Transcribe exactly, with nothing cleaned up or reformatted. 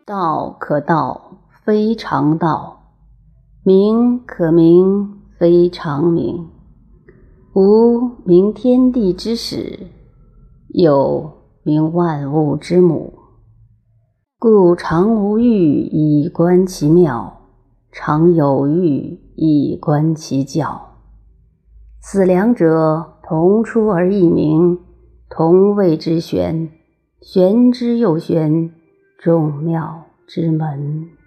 道可道，非常道；名可名，非常名。无名天地之始，有名万物之母。故常无欲以观其妙，常有欲以观其教。此两者，同出而异名，同谓之玄，玄之又玄，众妙之门。